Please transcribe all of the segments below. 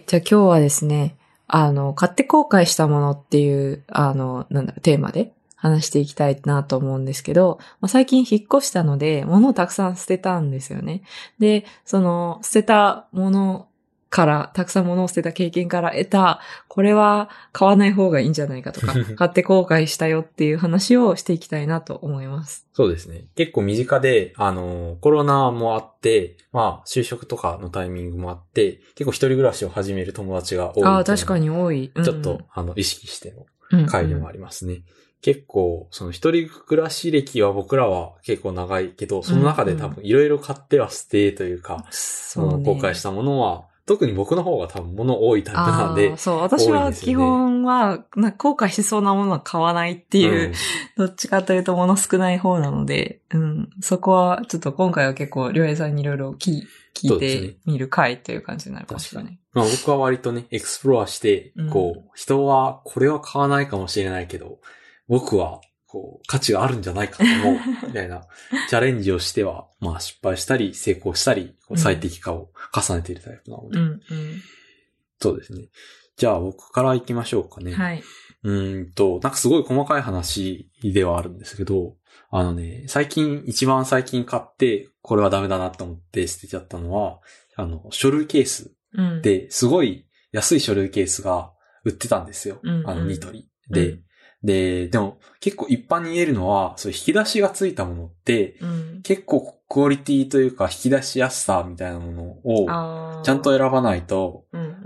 じゃあ今日はですね、買って後悔したものっていう、テーマで話していきたいなと思うんですけど、最近引っ越したので、物をたくさん捨てたんですよね。で、その、捨てたものから、たくさん物を捨てた経験から得た、これは買わない方がいいんじゃないかとか、買って後悔したよっていう話をしていきたいなと思います。 そうですね。結構身近で、コロナもあって、就職とかのタイミングもあって、結構一人暮らしを始める友達が多いっていうのを確かに多い。 ちょっと、意識しての回でもありますね。結構、その一人暮らし歴は僕らは結構長いけど、その中で多分いろいろ買っては捨てというか、後悔したものは、特に僕の方が多分物多いタイプなんで。 そう、私は基本は、後悔しそうなものは買わないっていう、どっちかというと物少ない方なので、そこはちょっと今回は結構、りょうへいさんにいろいろ聞いてみる回という感じになるかもしれない。 僕は割とね、エクスプロアして、人はこれは買わないかもしれないけど、僕は、価値があるんじゃないかと思う、みたいな、チャレンジをしては、失敗したり、成功したり、最適化を重ねているタイプなので。そうですね。じゃあ僕から行きましょうかね。 はい。 なんかすごい細かい話ではあるんですけど、一番最近買って、これはダメだなと思って捨てちゃったのは、書類ケースで、すごい安い書類ケースが売ってたんですよ。ニトリで。でも結構一般に言えるのは、そういう引き出しがついたものって、結構クオリティというか引き出しやすさみたいなものをちゃんと選ばないと、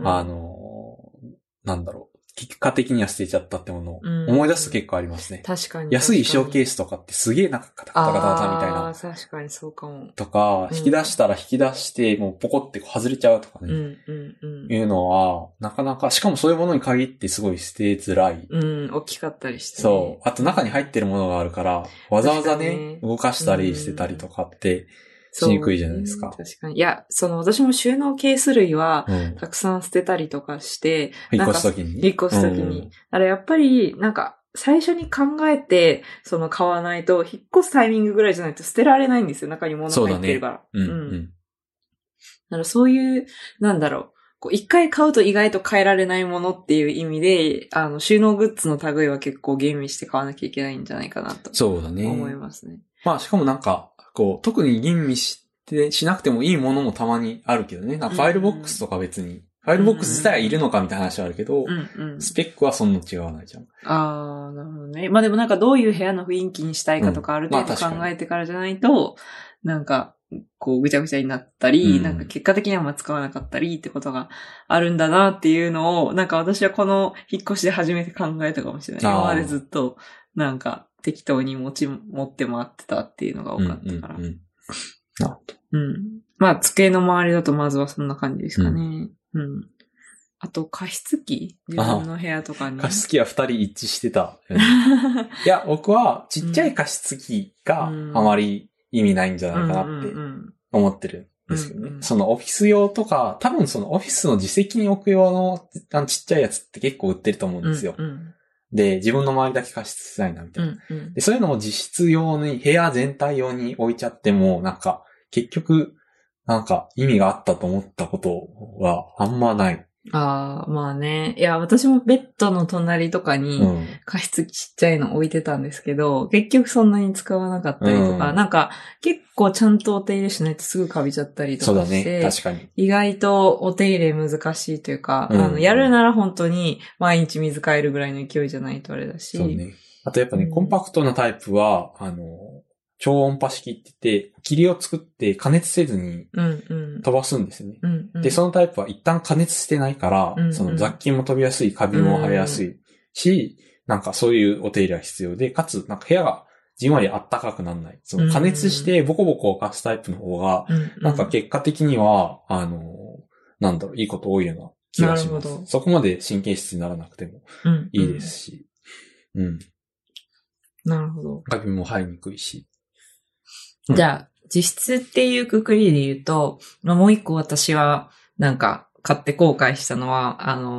結果的には捨てちゃったってものを思い出すと結構ありますね。 確かに。 安い衣装ケースとかってすげえなんかカタカタカタみたいな。 確かにそうかも。 とか、引き出したら引き出してもうポコって外れちゃうとかね。いうのは、なかなか、しかもそういうものに限ってすごい捨てづらい。 大きかったりして、ね。 そう。あと中に入ってるものがあるから、わざわざね、動かしたりしてたりとかって、しにくいじゃないですか。 確かに。いや、私も収納ケース類は、たくさん捨てたりとかして、 引っ越すときに。 引っ越すときに。やっぱり、最初に考えて、買わないと、引っ越すタイミングぐらいじゃないと捨てられないんですよ。中に物入ってるから。だからそういう、一回買うと意外と変えられないものっていう意味で、収納グッズの類は結構吟味して買わなきゃいけないんじゃないかなと。 そうだね。 思いますね。 しかも特に吟味しなくてもいいものもたまにあるけどね。ファイルボックスとか別に。ファイルボックス自体はいるのかみたいな話はあるけど、スペックはそんな違わないじゃん。 なるほどね。でもどういう部屋の雰囲気にしたいかとかある程度考えてからじゃないと、ぐちゃぐちゃになったり、結果的には使わなかったりってことがあるんだなっていうのを、私はこの引っ越しで初めて考えたかもしれない。今までずっと、適当に持って回ってたっていうのが多かったから。机の周りだとまずはそんな感じですかね。あと、加湿器自分の部屋とかに。 加湿器は2人一致してた。いや、僕はちっちゃい加湿器があまり意味ないんじゃないかなって思ってるんですけどね。そのオフィス用とか、多分そのオフィスの自席に置く用のちっちゃいやつって結構売ってると思うんですよ。で、自分の周りだけ加湿したいなみたいな。で、そういうのを実質用に、部屋全体用に置いちゃっても、結局、意味があったと思ったことはあんまない。 いや、私もベッドの隣とかに加湿器ちっちゃいの置いてたんですけど、結局そんなに使わなかったりとか、結構ちゃんとお手入れしないとすぐカビちゃったりとかして、 そうだね、確かに。 意外とお手入れ難しいというか、やるなら本当に毎日水変えるぐらいの勢いじとあれだし。 そうね。あとやっぱね、コンパクトなタイプは、超音波式って言って、霧を作って加熱せずに飛ばすんですよね。で、そのタイプは一旦加熱してないから、その雑菌も飛びやすい、カビも生えやすいし、そういうお手入れが必要で、かつ、部屋がじんわりあったかくならない。その加熱してボコボコ浮かすタイプの方が、結果的には、いいこと多いような気がします。そこまで神経質にならなくてもいいですし。 なるほど。 カビも生えにくいし。 じゃあ、実質っていうくくりで言うと、もう一個私は、買って後悔したのは、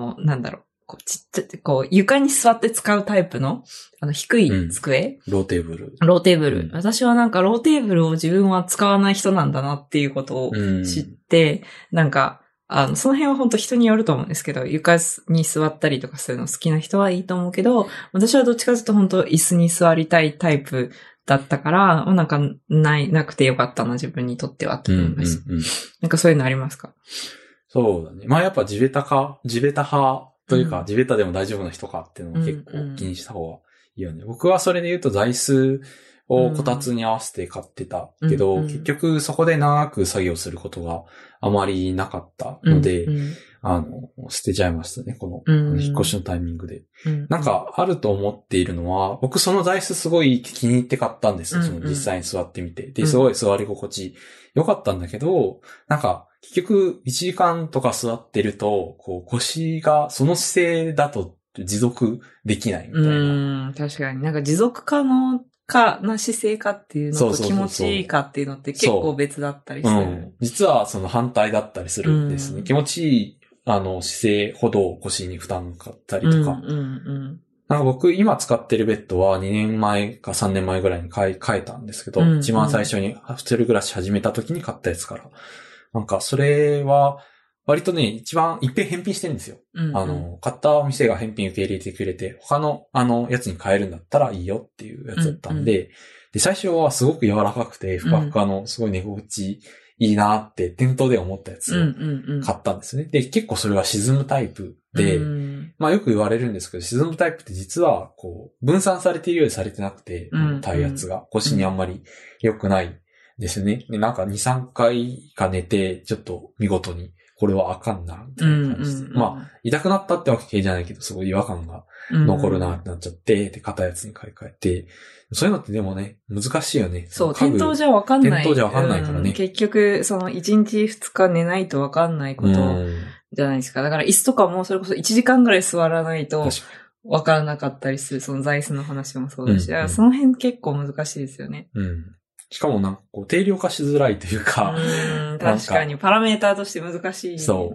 床に座って使うタイプの、低い机、 ローテーブル。 私はローテーブルを自分は使わない人なんだなっていうことを知って、 その辺は本当人によると思うんですけど、床に座ったりとかするの好きな人はいいと思うけど、私はどっちかというと本当椅子に座りたいタイプだったから、なんかなくてよかったな、自分にとってはと思います。なんかそういうのありますか？ そうだね。まあやっぱ地べた派というか、地べたでも大丈夫な人かっていうのを結構気にした方がいいよね。僕はそれで言うと座椅子をこたつに合わせて買ってたけど、結局そこで長く作業することがあまりなかったので、捨てちゃいましたね、この、引っ越しのタイミングで。なんか、あると思っているのは、僕その座椅子すごい気に入って買ったんですよ、その実際に座ってみて。で、すごい座り心地良かったんだけど、なんか、結局1時間とか座ってると、こう腰がその姿勢だと持続できないみたいな。 確かに。なんか持続可能な姿勢かっていうのと気持ちいいかっていうのって結構別だったりする。 実はその反対だったりするんですね。気持ちいい姿勢ほど腰に負担かかったりとか。なんか僕今使ってるベッドは2年前か3年前ぐらいに変えたんですけど、一番最初に一人暮らし始めた時に買ったやつから。なんかそれは割とね、一遍返品してるんですよ。買った店が返品受け入れてくれて、他のやつに変えるんだったらいいよっていうやつだったんで、で、最初はすごく柔らかくて、ふかふかのすごい寝心地いいなって店頭で思ったやつを買ったんですね。で、結構それは沈むタイプで、まあよく言われるんですけど、沈むタイプって実はこう、分散されているようにされてなくて、体圧が腰にあんまり良くないですね。で、なんか2、3回か寝て、ちょっと見事に、これはあかんな、みたいな感じで。まあ、痛くなったってわけじゃないけど、すごい違和感が残るなってなっちゃって、で、片やつに買い替えて、そういうのってでもね、難しいよね。 そう、店頭じゃわかんない。 店頭じゃわかんないからね。 結局、その1日2日寝ないとわかんないことじゃないですか。だから椅子とかもそれこそ1時間ぐらい座らないとわからなかったりする、その座椅子の話もそうだし、その辺結構難しいですよね。 しかもなんかこう定量化しづらいというか。 確かにパラメーターとして難しい、ね。 そう。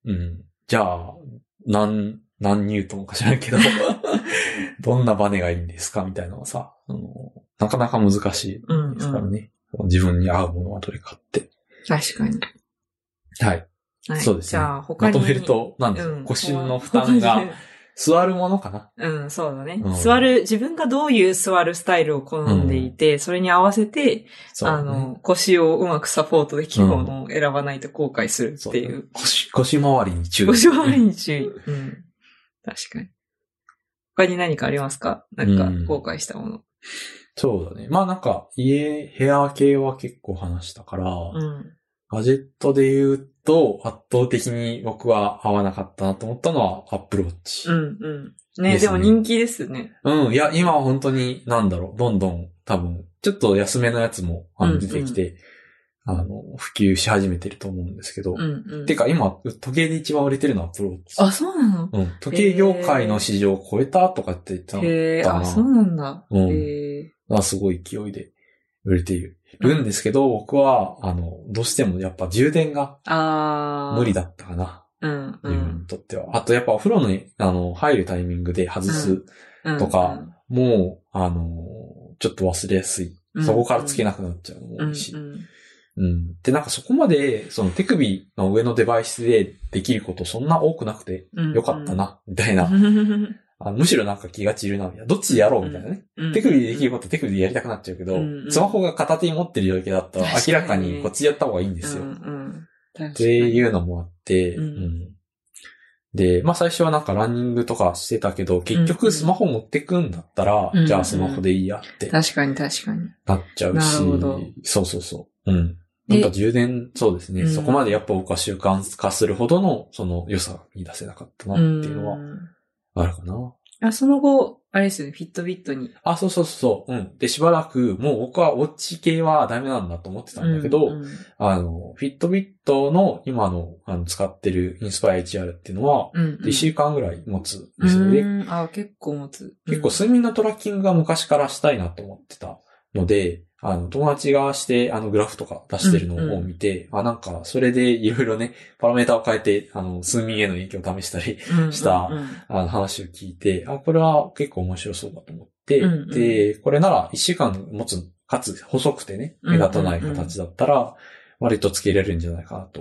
じゃあ、何ニュートンか知らんけど、どんなバネがいいんですかみたいなのはさ、なかなか難しいですからね。自分に合うものはどれかって。 確かに。 はい。そうですね。 じゃあ他に。 まとめると、なんですか、腰の負担が、座るものかな。 そうだね。自分がどういう座るスタイルを好んでいて、それに合わせて、腰をうまくサポートできるものを選ばないと後悔するっていう。 腰回りに注意。 腰回りに注意。確かに。他に何かありますか？なんか後悔したもの。 そうだね。まあなんか、部屋系は結構話したから、ガジェットで言うと、圧倒的に僕は合わなかったなと思ったのは、Apple Watch。 ね、でも人気ですね。 いや、今は本当に、どんどん多分、ちょっと安めのやつも出てきて、普及し始めてると思うんですけど。てか今、時計で一番売れてるのはApple Watch。 あ、そうなの？ 時計業界の市場を超えたとかって言ってたな。 そうなんだ。 すごい勢いで売れているんですけど、僕は、どうしてもやっぱ充電が無理だったかな。自分にとっては。あとやっぱお風呂に、入るタイミングで外すとか、もう、ちょっと忘れやすい。そこからつけなくなっちゃうのも多いし。で、なんかそこまで、その手首の上のデバイスでできることそんな多くなくてよかったな、みたいな。むしろなんか気が散るな、みたいな。どっちでやろうみたいなね。手首でできること手首でやりたくなっちゃうけど、スマホが片手に持ってるだけだったら明らかにこっちでやった方がいいんですよ。っていうのもあって、で、まあ最初はなんかランニングとかしてたけど、結局スマホ持ってくんだったら、じゃあスマホでいいやって。 確かに。なっちゃうし。なるほど。そう。なんか充電、そうですね。そこまでやっぱ僕は習慣化するほどの、その良さが見出せなかったなっていうのは、あるかな。 その後、あれですよね、フィットビットに。 そう。で、しばらく、もう僕はウォッチ系はダメなんだと思ってたんだけど、フィットビットの今の、使ってるインスパイア HR っていうのは、1週間ぐらい持つんですよね。 結構持つ。 結構睡眠のトラッキングが昔からしたいなと思ってたので、友達がして、グラフとか出してるのを見て、なんか、それでいろいろね、パラメータを変えて、睡眠への影響を試したりした、話を聞いて、これは結構面白そうだと思って、で、これなら1週間持つ、かつ細くてね、目立たない形だったら、割とつけれるんじゃないかなと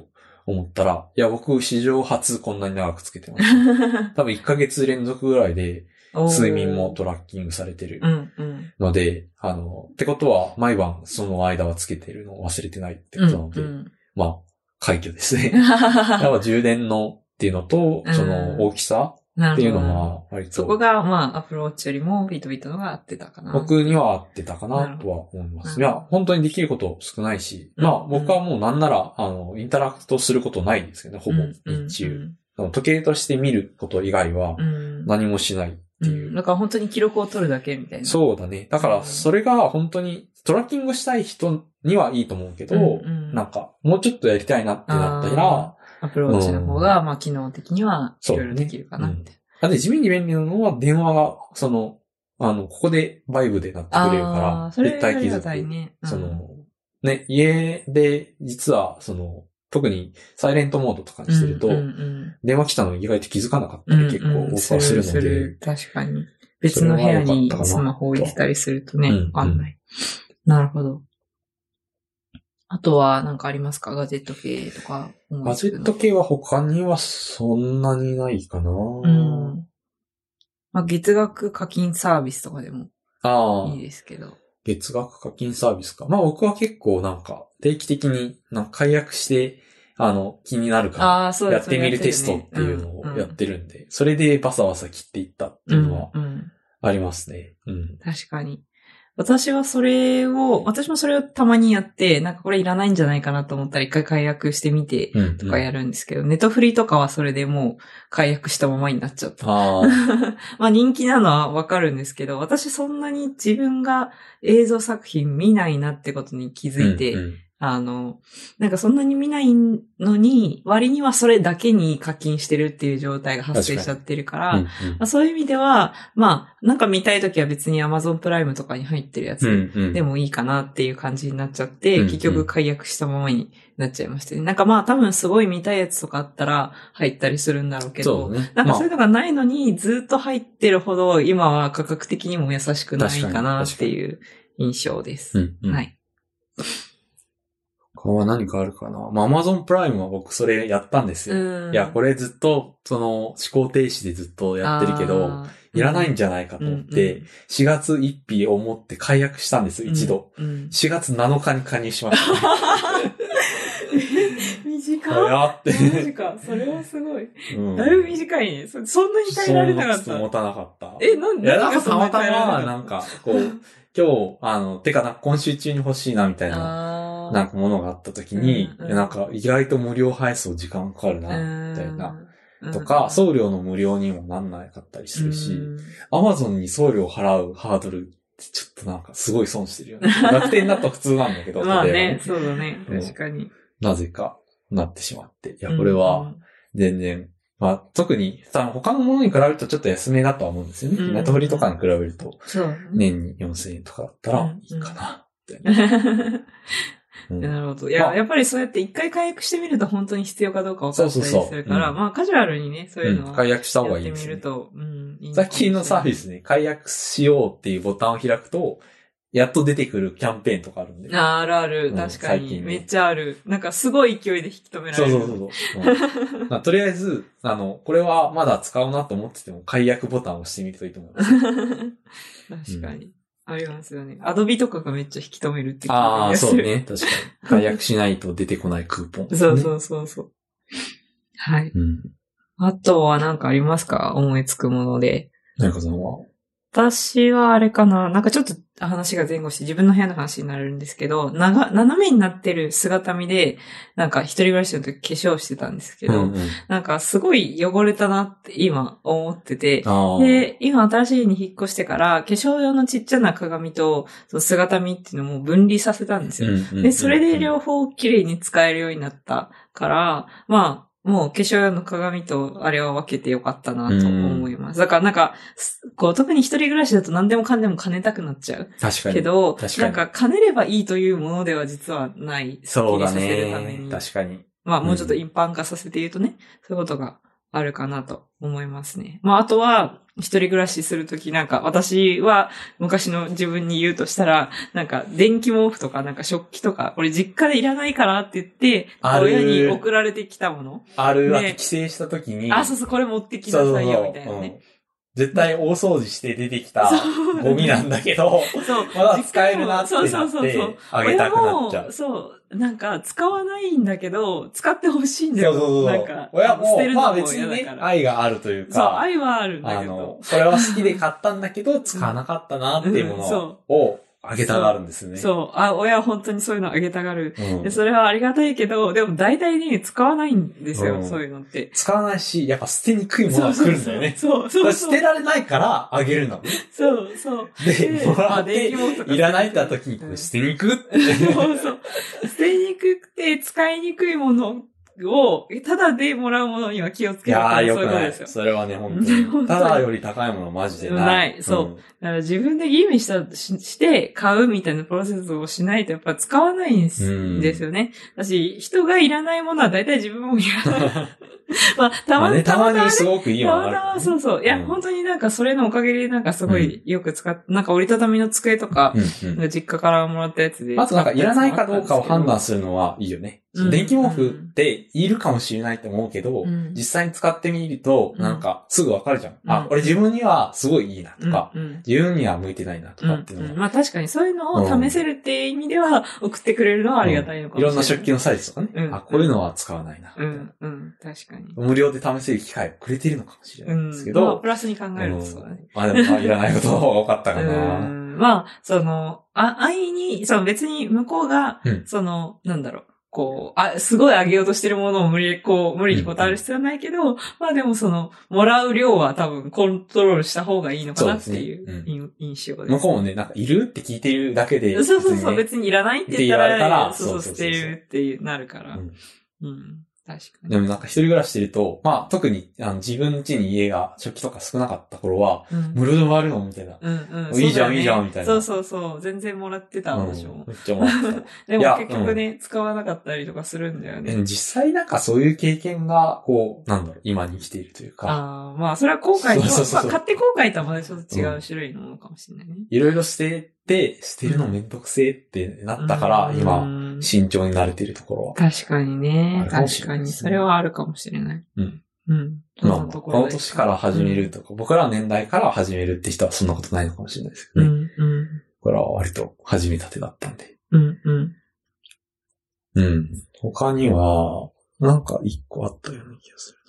思ったら、いや、僕史上初こんなに長くつけてました。多分1ヶ月連続ぐらいで、睡眠もトラッキングされてるので、ってことは、毎晩その間はつけてるのを忘れてないってことなので、まあ、快挙ですね。やっぱ充電のっていうのと、その大きさっていうのは割と。 そこが、まあ、アプローチよりもフィットビットのが合ってたかな。 僕には合ってたかなとは思います。いや、本当にできること少ないし、まあ、僕はもうなんなら、インタラクトすることないんですけどね、ほぼ日中。時計として見ること以外は何もしないっていう。 だから本当に記録を取るだけみたいな。 そうだね。だから、それが本当にトラッキングしたい人にはいいと思うけど、なんか、もうちょっとやりたいなってなったら、 アプローチの方が、まあ、機能的にはいろいろできるかなって。 で、地味に便利なのは、電話が、ここでバイブで鳴ってくれるから、絶対気づく。家で、実は、特にサイレントモードとかにしてると、電話来たの意外と気づかなかったり結構僕はするので。 確かに。別の部屋にスマホを置いてたりするとね、わかんない。なるほど。あとは何かありますか？ガジェット系とか。 ガジェット系は他にはそんなにないかな。 まあ、月額課金サービスとかでもいいですけど。 月額課金サービスか。まあ僕は結構なんか定期的に解約して、気になるからやってみるテストっていうのをやってるんで、それでバサバサ切っていったっていうのはありますね。 確かに。私もそれをたまにやって、なんかこれいらないんじゃないかなと思ったら一回解約してみてとかやるんですけど、ネットフリとかはそれでもう解約したままになっちゃった。まあ人気なのはわかるんですけど、私そんなに自分が映像作品見ないなってことに気づいて、なんかそんなに見ないのに、割にはそれだけに課金してるっていう状態が発生しちゃってるから、まあ、そういう意味では、まあ、なんか見たいときは別に Amazon プライムとかに入ってるやつでもいいかなっていう感じになっちゃって、結局解約したままになっちゃいましたね。なんかまあ多分すごい見たいやつとかあったら入ったりするんだろうけど、なんかそういうのがないのにずっと入ってるほど今は価格的にも優しくないかなっていう印象です。はい。 他は何かあるかな。まあ、Amazon プライムは僕それやったんですよ。いや、これずっと、思考停止でずっとやってるけど、いらないんじゃないかと思って、4月1日を思って解約したんです、一度。4月7日に加入しました、ね。 短やって。 マジか。それはすごい。だいぶ短いね。そんなに耐えられなかった。 持たなかった。 なんで？ いや、なんかたまたま、なんか、こう、今日、今週中に欲しいな、みたいな、なんかものがあった時に、なんか意外と無料配送時間かかるな、みたいな。とか、送料の無料にもなんなかったりするし、Amazon に送料払うハードルってちょっとなんかすごい損してるよね。楽天だと普通なんだけど。 まあね、そうだね。確かに。 なぜかなってしまって。いや、これは全然、まあ特に他のものに比べるとちょっと安めだとは思うんですよね。ネットフリとかに比べると、年に4000円とかだったらいいかな、みたいな。 なるほど。いや、やっぱりそうやって一回解約してみると本当に必要かどうか分かったりするから、まあカジュアルにね、そういうのは解約した方がいいですね。 やってみると、 最近のサービスね、解約しようっていうボタンを開くと、やっと出てくるキャンペーンとかあるんで。 あるある。確かに。めっちゃある。なんかすごい勢いで引き止められる。 そう。とりあえず、これはまだ使うなと思ってても、解約ボタンを押してみるといいと思います。 確かに。ありますよね。アドビとかがめっちゃ引き止めるってああ、そうね。確かに。解約しないと出てこないクーポン、ね。 そう。はい。あとは何かありますか？思いつくもので。 何かその私はあれかな、なんかちょっと話が前後して自分の部屋の話になるんですけど、斜めになってる姿見で、なんか一人暮らしの時化粧してたんですけど、なんかすごい汚れたなって今思ってて、で、今新しい家に引っ越してから化粧用のちっちゃな鏡とその姿見っていうのも分離させたんですよ。で、それで両方綺麗に使えるようになったから、まあ、もう化粧用の鏡とあれは分けてよかったなと思います。だからなんか、こう特に一人暮らしだと何でもかんでも兼ねたくなっちゃう。 確かに。 けど、なんか兼ねればいいというものでは実はない。 そうだね。確かに。 まあもうちょっと一般化させて言うとね、そういうことがあるかなと思いますね。まあ、あとは、一人暮らしするときなんか、私は昔の自分に言うとしたら、なんか、電気毛布とかなんか食器とか、これ実家でいらないからって言って、親に送られてきたもの。 帰省したときに。 そうそう、これ持ってきなさいよ、みたいなね。 絶対大掃除して出てきたゴミなんだけど、まだ使えるなってなってあげたくなっちゃう。 そう。なんか、使わないんだけど、使ってほしいんだよ。 そう。 なんか、 親も、まあ別にね、愛があるというか。 そう、愛はあるんだけど。 それは好きで買ったんだけど、使わなかったなっていうものを、あげたがるんですね。 そう。親は本当にそういうのあげたがる。で、それはありがたいけど、でも大体ね、使わないんですよ、そういうのって。 使わないし、やっぱ捨てにくいものが来るんだよね。 そう。 捨てられないからあげるの。 そう。 で、もらって、いらないって言った時に、これ捨てにくって。 そう。捨てにくくて、使いにくいものを、ただでもらうものには気をつけるから、そういうことですよ。 それはね、本当に。ただより高いものマジでない。 ない。そう。だから自分で義務にして買うみたいなプロセスをしないとやっぱ使わないんですよね。私、人がいらないものは大体自分もいらない。まあ、たまにすごくいいものある。 そう。いや、本当になんかそれのおかげでなんかすごいよく使って、なんか折りたたみの机とか、実家からもらったやつで。 あとなんかいらないかどうかを判断するのはいいよね。電気毛布っているかもしれないと思うけど、実際に使ってみると、なんかすぐわかるじゃん。これ自分にはすごいいいなとか、自分には向いてないなとかっていうのが。 まあ確かにそういうのを試せるっていう意味では送ってくれるのはありがたいのかもしれない。 いろんな食器のサイズとかね。こういうのは使わないな。 確かに。 無料で試せる機会をくれてるのかもしれないんですけど。 まあプラスに考えるとそうだね。 まあでもいらないことが多かったかな。 まあ、愛に、別に向こうが、なんだろう。すごいあげようとしてるものを無理に断る必要はないけど、まあでももらう量は多分コントロールした方がいいのかなっていう印象です。 向こうもね、なんかいるって聞いてるだけで。 そう、別にいらないって言ったら、捨てるってなるから。確かに。 でもなんか一人暮らししてると、まあ特に自分家に家が食器とか少なかった頃は、無料でもらえるのみたいな。いいじゃん、いいじゃん、みたいな。 そう。全然もらってたんでしょ。 めっちゃもらってた。 でも結局ね、使わなかったりとかするんだよね。 実際なんかそういう経験が、今に生きているというか。 まあそれは後悔と、買って後悔とはまたちょっと違う種類のものかもしれないね。 いろいろ捨てるのめんどくせえってなったから、今、慎重になれているところは。 確かにね。確かに。それはあるかもしれない。 まあ、この年から始めるとか、僕らの年代から始めるって人はそんなことないのかもしれないですけどね。これは割と始めたてだったんで。他には、なんか一個あったような気がする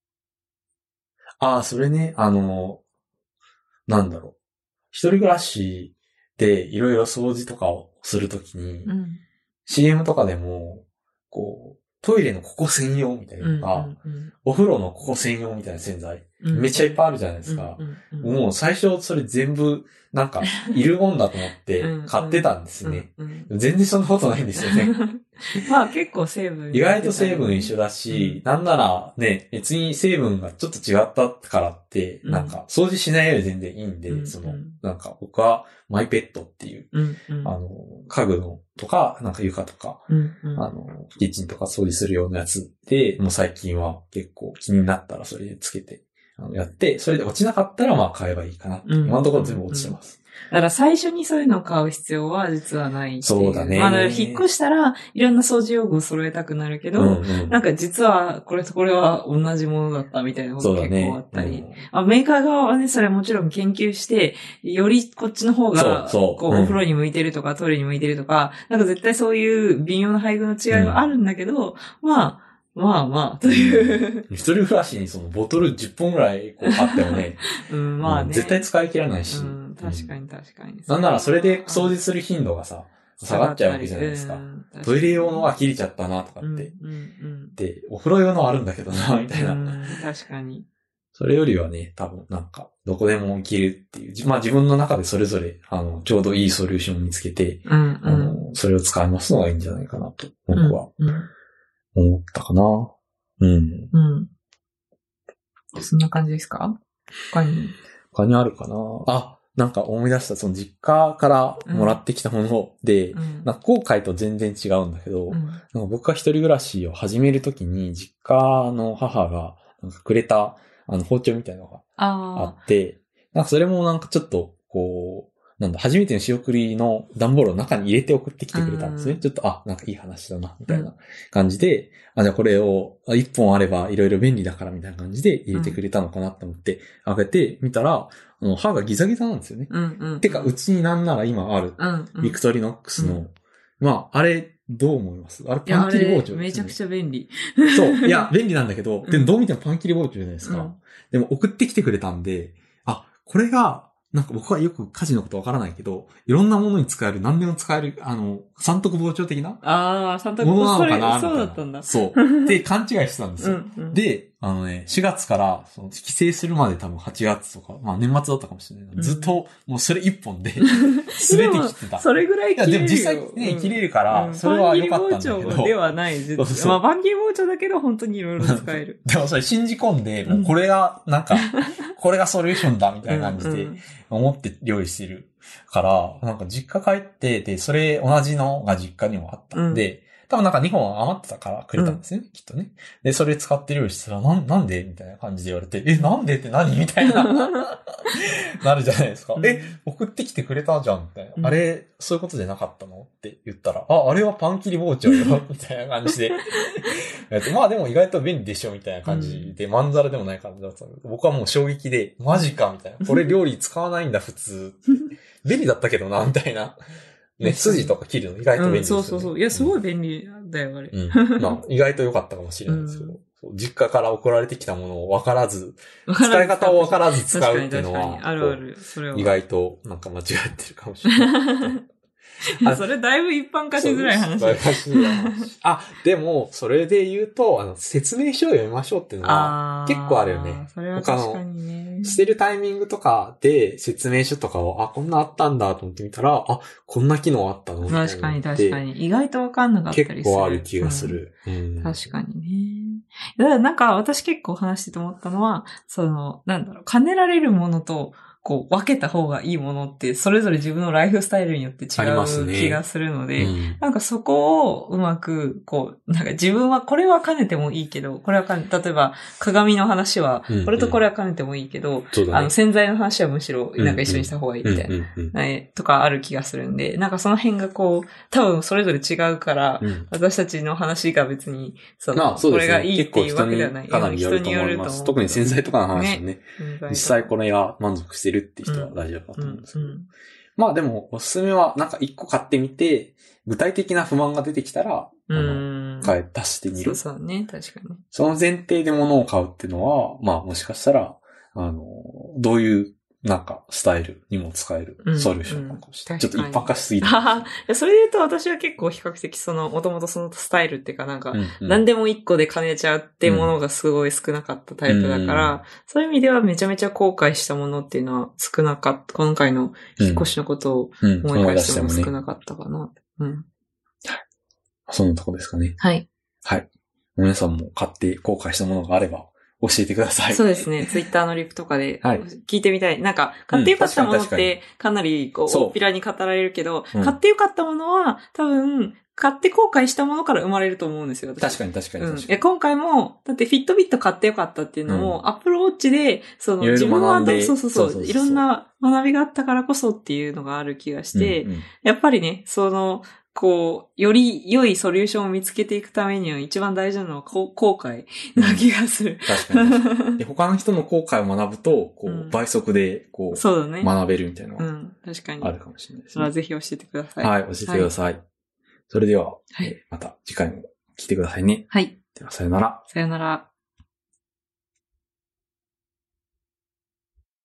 な。それね、なんだろう。一人暮らしでいろいろ掃除とかをするときに、CM とかでも、トイレのここ専用みたいなのが、お風呂のここ専用みたいな洗剤、めっちゃいっぱいあるじゃないですか。もう最初それ全部、なんか、いるもんだと思って買ってたんですね。全然そんなことないんですよね。 まあ結構成分。 意外と成分一緒だし、なんならね、別に成分がちょっと違ったからって、なんか、掃除しないより全然いいんで、なんか僕はマイペットっていう、家具のとか、なんか床とか、キッチンとか掃除するようなやつで、もう最近は結構気になったらそれでつけて、やって、それで落ちなかったらまあ買えばいいかな。今のところ全部落ちてます。 だから最初にそういうのを買う必要は実はないっていう。 そうだね。 まあ引っ越したらいろんな掃除用具を揃えたくなるけど、なんか実はこれとこれは同じものだったみたいなことが結構あったり。メーカー側はね、それはもちろん研究して、よりこっちの方が、お風呂に向いてるとかトイレに向いてるとか、なんか絶対そういう微妙な配分の違いはあるんだけど、まあ、という。 一人暮らしにボトル10本ぐらいあってもね、まあね、絶対使い切らないし。 確かに。 なんならそれで掃除する頻度が下がっちゃうわけじゃないですか。トイレ用のは切れちゃったなとかって。で、お風呂用のはあるんだけどな、みたいな。 確かに。 それよりはね、多分なんか、どこでもいけるっていう。まあ自分の中でそれぞれ、ちょうどいいソリューションを見つけて、それを使いますのがいいんじゃないかなと、僕は思ったかな。 そんな感じですか？他にあるかな。なんか思い出した、実家からもらってきたもので、なんか後悔と全然違うんだけど、なんか僕が一人暮らしを始めるときに、実家の母が、 なんかくれた、包丁みたいなのがあって、なんかそれもなんかちょっと、こう、なんだ、初めての仕送りの段ボールの中に入れて送ってきてくれたんですね。ちょっと、なんかいい話だな、みたいな感じで、じゃあこれを一本あればいろいろ便利だからみたいな感じで入れてくれたのかなと思って開けてみたら、刃がギザギザなんですよね。てか、うちになんなら今ある、ビクトリノックスの、まあ、あれ、どう思います？あれパン切り包丁ですね。 めちゃくちゃ便利。 そう。いや、便利なんだけど、でもどう見てもパン切り包丁じゃないですか。でも送ってきてくれたんで、これが、なんか僕はよく家事のことわからないけど、いろんなものに使える、何でも使える、三徳包丁的な三徳包丁。 ものなのかなみたいな。 そうだったんだ。 そう。で、勘違いしてたんですよ。で、4月から、帰省するまで多分8月とか、まあ年末だったかもしれない。ずっと、もうそれ一本で、すれてきてた。 それぐらい切れるよ。 いや、でも実際ね、切れるから、それは良かったんだけど。 パン切り包丁ではない。まあ、パン切り包丁だけど、本当にいろいろ使える。 でもそれ信じ込んで、もうこれが、なんか、これがソリューションだ、みたいな感じで、思って料理してるから、なんか実家帰って、で、それ同じのが実家にもあったんで、多分なんか2本余ってたからくれたんですね、きっとね。で、それ使って料理したら、なんでみたいな感じで言われて、なんでって何みたいな、なるじゃないですか。送ってきてくれたじゃんみたいな。あれ、そういうことじゃなかったのって言ったら、あれはパン切り包丁よ、みたいな感じで。まあでも意外と便利でしょ、みたいな感じで、まんざらでもない感じだったんで、僕はもう衝撃で、マジか、みたいな。これ料理使わないんだ、普通。便利だったけどな、みたいな。ね、筋とか切るの意外と便利ですよね。 そう。いや、すごい便利だよ、あれ。 まあ、意外と良かったかもしれないですけど。実家から送られてきたものを分からず、使い方を分からず使うっていうのは、 ある。それは。 意外となんか間違ってるかもしれない。 それだいぶ一般化しづらい話。 でも、それで言うと、説明書を読みましょうっていうのは、結構あるよね。 それは確かにね。 捨てるタイミングとかで説明書とかを、こんなあったんだと思ってみたら、こんな機能あったのみたいな。 確かに。意外とわかんなかったりする。 結構ある気がする。 確かにね。だからなんか私結構話してて思ったのは、兼ねられるものと、こう、分けた方がいいものって、それぞれ自分のライフスタイルによって違う気がするので、なんかそこをうまく、こう、なんか自分はこれは兼ねてもいいけど、これは例えば鏡の話は、これとこれは兼ねてもいいけど、洗剤の話はむしろなんか一緒にした方がいいみたいな、とかある気がするんで、なんかその辺がこう、多分それぞれ違うから、私たちの話が別に、これがいいっていうわけではない。 かなりよると思います。特に洗剤とかの話はね、実際これは満足してるって人は大丈夫だと思うんですけど。まあでも、おすすめはなんか一個買ってみて、具体的な不満が出てきたら、出してみる。 そうね、確かに。 その前提で物を買うっていうのは、まあもしかしたら、どういうなんか、スタイルにも使えるソリューションなのかもしれない。ちょっと一般化しすぎた。 それで言うと私は結構比較的もともとそのスタイルっていうかなんか、何でも一個で兼ねちゃうってものがすごい少なかったタイプだから、そういう意味ではめちゃめちゃ後悔したものっていうのは少なかった。今回の引っ越しのことを思い返しても少なかったかな。 そんなとこですかね。 はい。 はい。皆さんも買って後悔したものがあれば、教えてください。 そうですね。ツイッターのリプとかで聞いてみたい。なんか、買ってよかったものってかなりこう、大っぴらに語られるけど、買ってよかったものは多分、買って後悔したものから生まれると思うんですよ。 確かに。 今回も、だってフィットビット買ってよかったっていうのも、アップルウォッチで、自分はそう、いろんな学びがあったからこそっていうのがある気がして、やっぱりね、こう、より良いソリューションを見つけていくためには一番大事なのは後悔な気がする。 確かに。で、他の人の後悔を学ぶと、こう、倍速で、こう、 そうだね。 学べるみたいなのが確かに。 あるかもしれないですね。 それはぜひ教えてください。 はい、教えてください。それでは、また次回も聞いてくださいね。 はい。 では、さよなら。 さよなら。